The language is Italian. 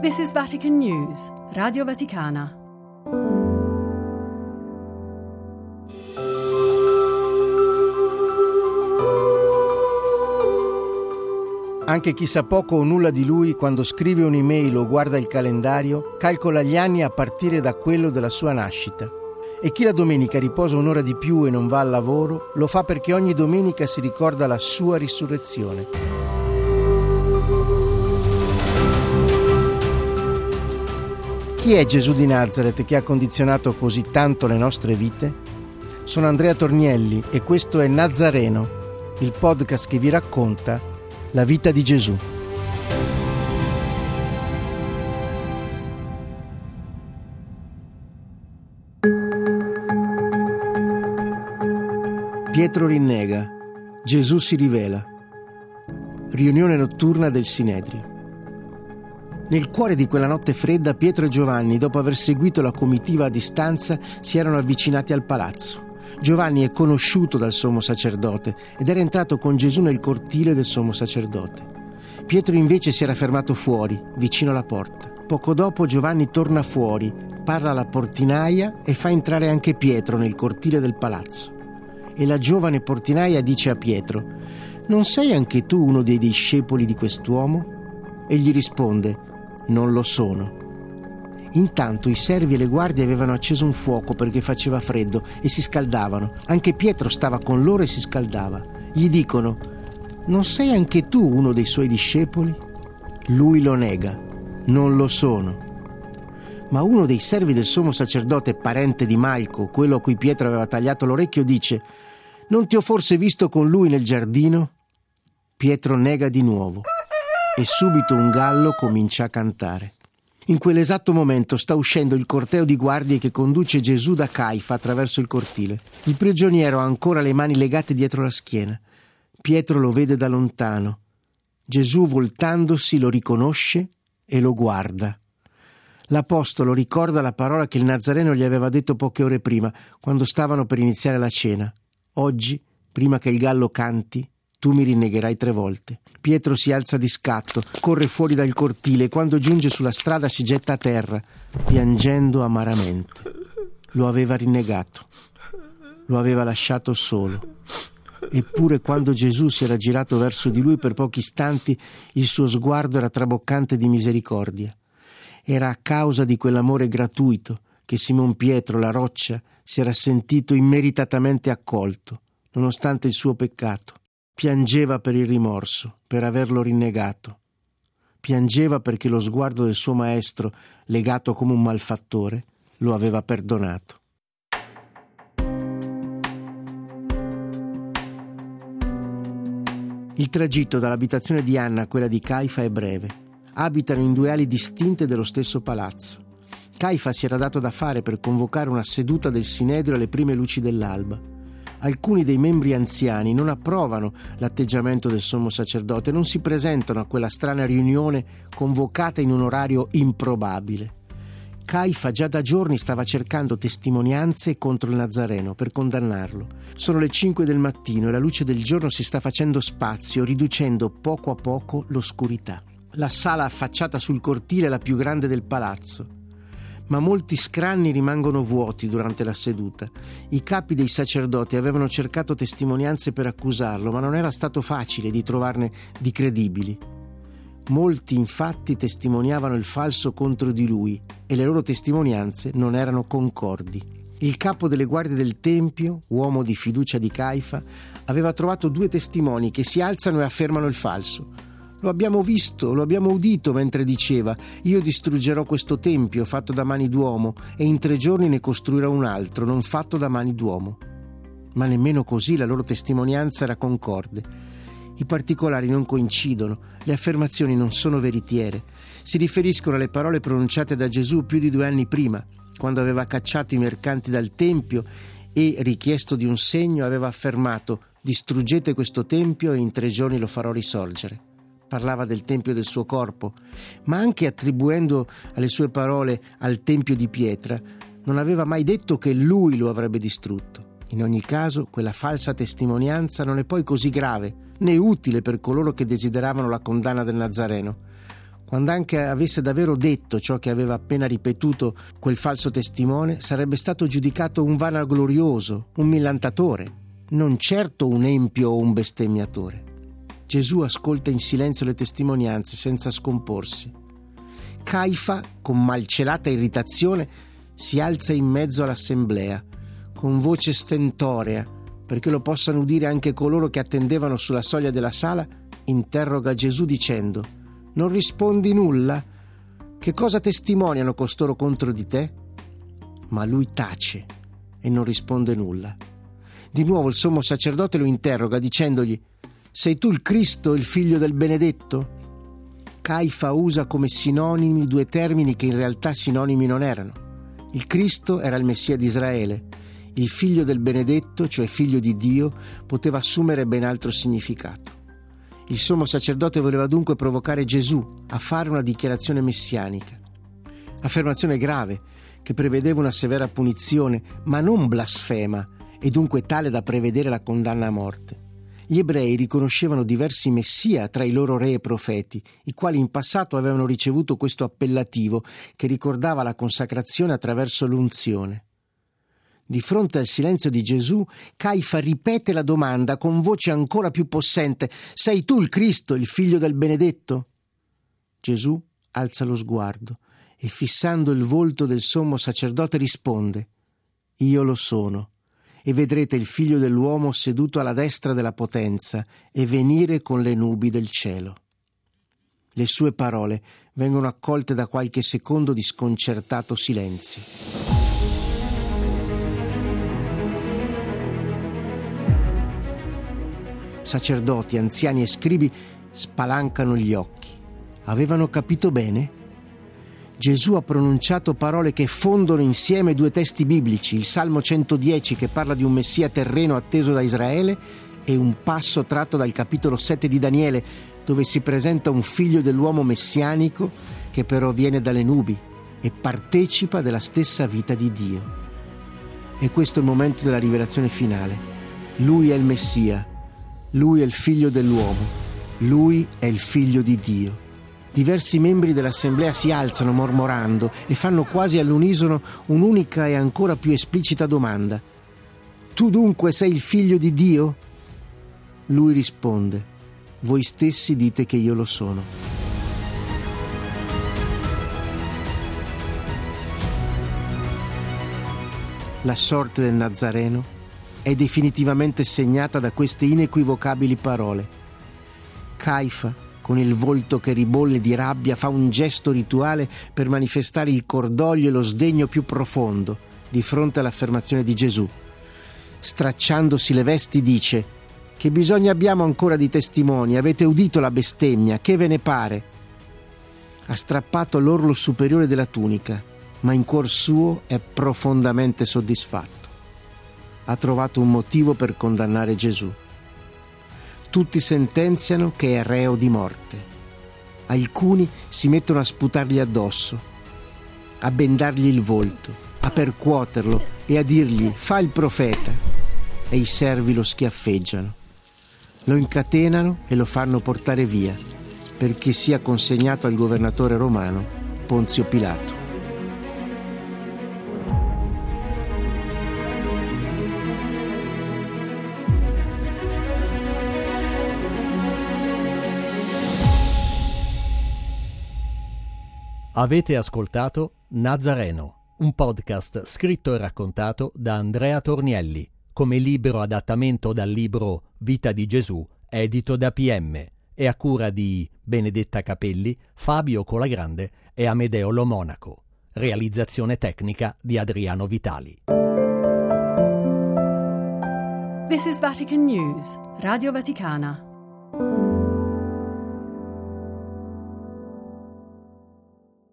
This is Vatican News, Radio Vaticana. Anche chi sa poco o nulla di lui, quando scrive un'email o guarda il calendario, calcola gli anni a partire da quello della sua nascita. E chi la domenica riposa un'ora di più e non va al lavoro, lo fa perché ogni domenica si ricorda la sua risurrezione. Chi è Gesù di Nazareth che ha condizionato così tanto le nostre vite? Sono Andrea Tornielli e questo è Nazareno, il podcast che vi racconta la vita di Gesù. Pietro rinnega, Gesù si rivela. Riunione notturna del Sinedrio. Nel cuore di quella notte fredda, Pietro e Giovanni, dopo aver seguito la comitiva a distanza, si erano avvicinati al palazzo. Giovanni è conosciuto dal sommo sacerdote ed era entrato con Gesù nel cortile del sommo sacerdote. Pietro invece si era fermato fuori, vicino alla porta. Poco dopo Giovanni torna fuori, parla alla portinaia e fa entrare anche Pietro nel cortile del palazzo. E la giovane portinaia dice a Pietro: «Non sei anche tu uno dei discepoli di quest'uomo?» E gli risponde: «Non lo sono». Intanto i servi e le guardie avevano acceso un fuoco perché faceva freddo e si scaldavano. Anche Pietro stava con loro e si scaldava. Gli dicono: «Non sei anche tu uno dei suoi discepoli?» Lui lo nega: «Non lo sono». Ma uno dei servi del sommo sacerdote, parente di Malco, quello a cui Pietro aveva tagliato l'orecchio, dice: «Non ti ho forse visto con lui nel giardino?» Pietro nega di nuovo e subito un gallo comincia a cantare. In quell'esatto momento sta uscendo il corteo di guardie che conduce Gesù da Caifa attraverso il cortile. Il prigioniero ha ancora le mani legate dietro la schiena. Pietro lo vede da lontano. Gesù, voltandosi, lo riconosce e lo guarda. L'apostolo ricorda la parola che il Nazareno gli aveva detto poche ore prima, quando stavano per iniziare la cena. «Oggi, prima che il gallo canti, tu mi rinnegherai 3 volte». Pietro si alza di scatto, corre fuori dal cortile e quando giunge sulla strada si getta a terra, piangendo amaramente. Lo aveva rinnegato, lo aveva lasciato solo. Eppure quando Gesù si era girato verso di lui per pochi istanti, il suo sguardo era traboccante di misericordia. Era a causa di quell'amore gratuito che Simon Pietro, la roccia, si era sentito immeritatamente accolto, nonostante il suo peccato. Piangeva per il rimorso, per averlo rinnegato. Piangeva perché lo sguardo del suo maestro, legato come un malfattore, lo aveva perdonato. Il tragitto dall'abitazione di Anna a quella di Caifa è breve. Abitano in 2 ali distinte dello stesso palazzo. Caifa si era dato da fare per convocare una seduta del Sinedrio alle prime luci dell'alba. Alcuni dei membri anziani non approvano l'atteggiamento del sommo sacerdote, non si presentano a quella strana riunione convocata in un orario improbabile. Caifa già da giorni stava cercando testimonianze contro il Nazareno per condannarlo. Sono le 5 del mattino e la luce del giorno si sta facendo spazio, riducendo poco a poco l'oscurità. La sala affacciata sul cortile è la più grande del palazzo. Ma molti scranni rimangono vuoti durante la seduta. I capi dei sacerdoti avevano cercato testimonianze per accusarlo, ma non era stato facile di trovarne di credibili. Molti infatti testimoniavano il falso contro di lui e le loro testimonianze non erano concordi. Il capo delle guardie del Tempio, uomo di fiducia di Caifa, aveva trovato 2 testimoni che si alzano e affermano il falso. «Lo abbiamo visto, lo abbiamo udito mentre diceva: io distruggerò questo tempio fatto da mani d'uomo e in 3 giorni ne costruirò un altro non fatto da mani d'uomo». Ma nemmeno così la loro testimonianza era concorde. I particolari non coincidono, le affermazioni non sono veritiere. Si riferiscono alle parole pronunciate da Gesù più di 2 anni prima, quando aveva cacciato i mercanti dal tempio e, richiesto di un segno, aveva affermato: «Distruggete questo tempio e in 3 giorni lo farò risorgere». Parlava del tempio del suo corpo, ma anche attribuendo alle sue parole al tempio di pietra, non aveva mai detto che lui lo avrebbe distrutto. In ogni caso, quella falsa testimonianza non è poi così grave, né utile per coloro che desideravano la condanna del Nazareno. Quando anche avesse davvero detto ciò che aveva appena ripetuto quel falso testimone, sarebbe stato giudicato un vanaglorioso, un millantatore, non certo un empio o un bestemmiatore. Gesù ascolta in silenzio le testimonianze senza scomporsi. Caifa, con malcelata irritazione, si alza in mezzo all'assemblea, con voce stentorea, perché lo possano udire anche coloro che attendevano sulla soglia della sala, interroga Gesù dicendo: «Non rispondi nulla? Che cosa testimoniano costoro contro di te?» Ma lui tace e non risponde nulla. Di nuovo il sommo sacerdote lo interroga dicendogli: «Sei tu il Cristo, il figlio del benedetto?» Caifa usa come sinonimi due termini che in realtà sinonimi non erano. Il Cristo era il Messia di Israele. Il figlio del benedetto, cioè figlio di Dio, poteva assumere ben altro significato. Il sommo sacerdote voleva dunque provocare Gesù a fare una dichiarazione messianica. Affermazione grave, che prevedeva una severa punizione, ma non blasfema, e dunque tale da prevedere la condanna a morte. Gli ebrei riconoscevano diversi messia tra i loro re e profeti, i quali in passato avevano ricevuto questo appellativo che ricordava la consacrazione attraverso l'unzione. Di fronte al silenzio di Gesù, Caifa ripete la domanda con voce ancora più possente: «Sei tu il Cristo, il figlio del benedetto?» Gesù alza lo sguardo e, fissando il volto del sommo sacerdote, risponde: «Io lo sono, e vedrete il figlio dell'uomo seduto alla destra della potenza e venire con le nubi del cielo». Le sue parole vengono accolte da qualche secondo di sconcertato silenzio. Sacerdoti, anziani e scribi spalancano gli occhi. Avevano capito bene? Gesù ha pronunciato parole che fondono insieme due testi biblici, il Salmo 110 che parla di un Messia terreno atteso da Israele e un passo tratto dal capitolo 7 di Daniele, dove si presenta un figlio dell'uomo messianico che però viene dalle nubi e partecipa della stessa vita di Dio. E questo è il momento della rivelazione finale. Lui è il Messia. Lui è il figlio dell'uomo, lui è il figlio di Dio. Diversi membri dell'assemblea si alzano mormorando e fanno quasi all'unisono un'unica e ancora più esplicita domanda: «Tu dunque sei il figlio di Dio?» Lui risponde: «Voi stessi dite che io lo sono». La sorte del Nazareno è definitivamente segnata da queste inequivocabili parole. Caifa, con il volto che ribolle di rabbia, fa un gesto rituale per manifestare il cordoglio e lo sdegno più profondo di fronte all'affermazione di Gesù. Stracciandosi le vesti dice: «Che bisogno abbiamo ancora di testimoni? Avete udito la bestemmia, che ve ne pare?» Ha strappato l'orlo superiore della tunica, ma in cuor suo è profondamente soddisfatto. Ha trovato un motivo per condannare Gesù. Tutti sentenziano che è reo di morte. Alcuni si mettono a sputargli addosso, a bendargli il volto, a percuoterlo e a dirgli: «Fa il profeta!» E i servi lo schiaffeggiano. Lo incatenano e lo fanno portare via, perché sia consegnato al governatore romano Ponzio Pilato. Avete ascoltato Nazareno, un podcast scritto e raccontato da Andrea Tornielli, come libero adattamento dal libro Vita di Gesù, edito da PM, e a cura di Benedetta Capelli, Fabio Colagrande e Amedeo Lo Monaco. Realizzazione tecnica di Adriano Vitali. This is Vatican News, Radio Vaticana.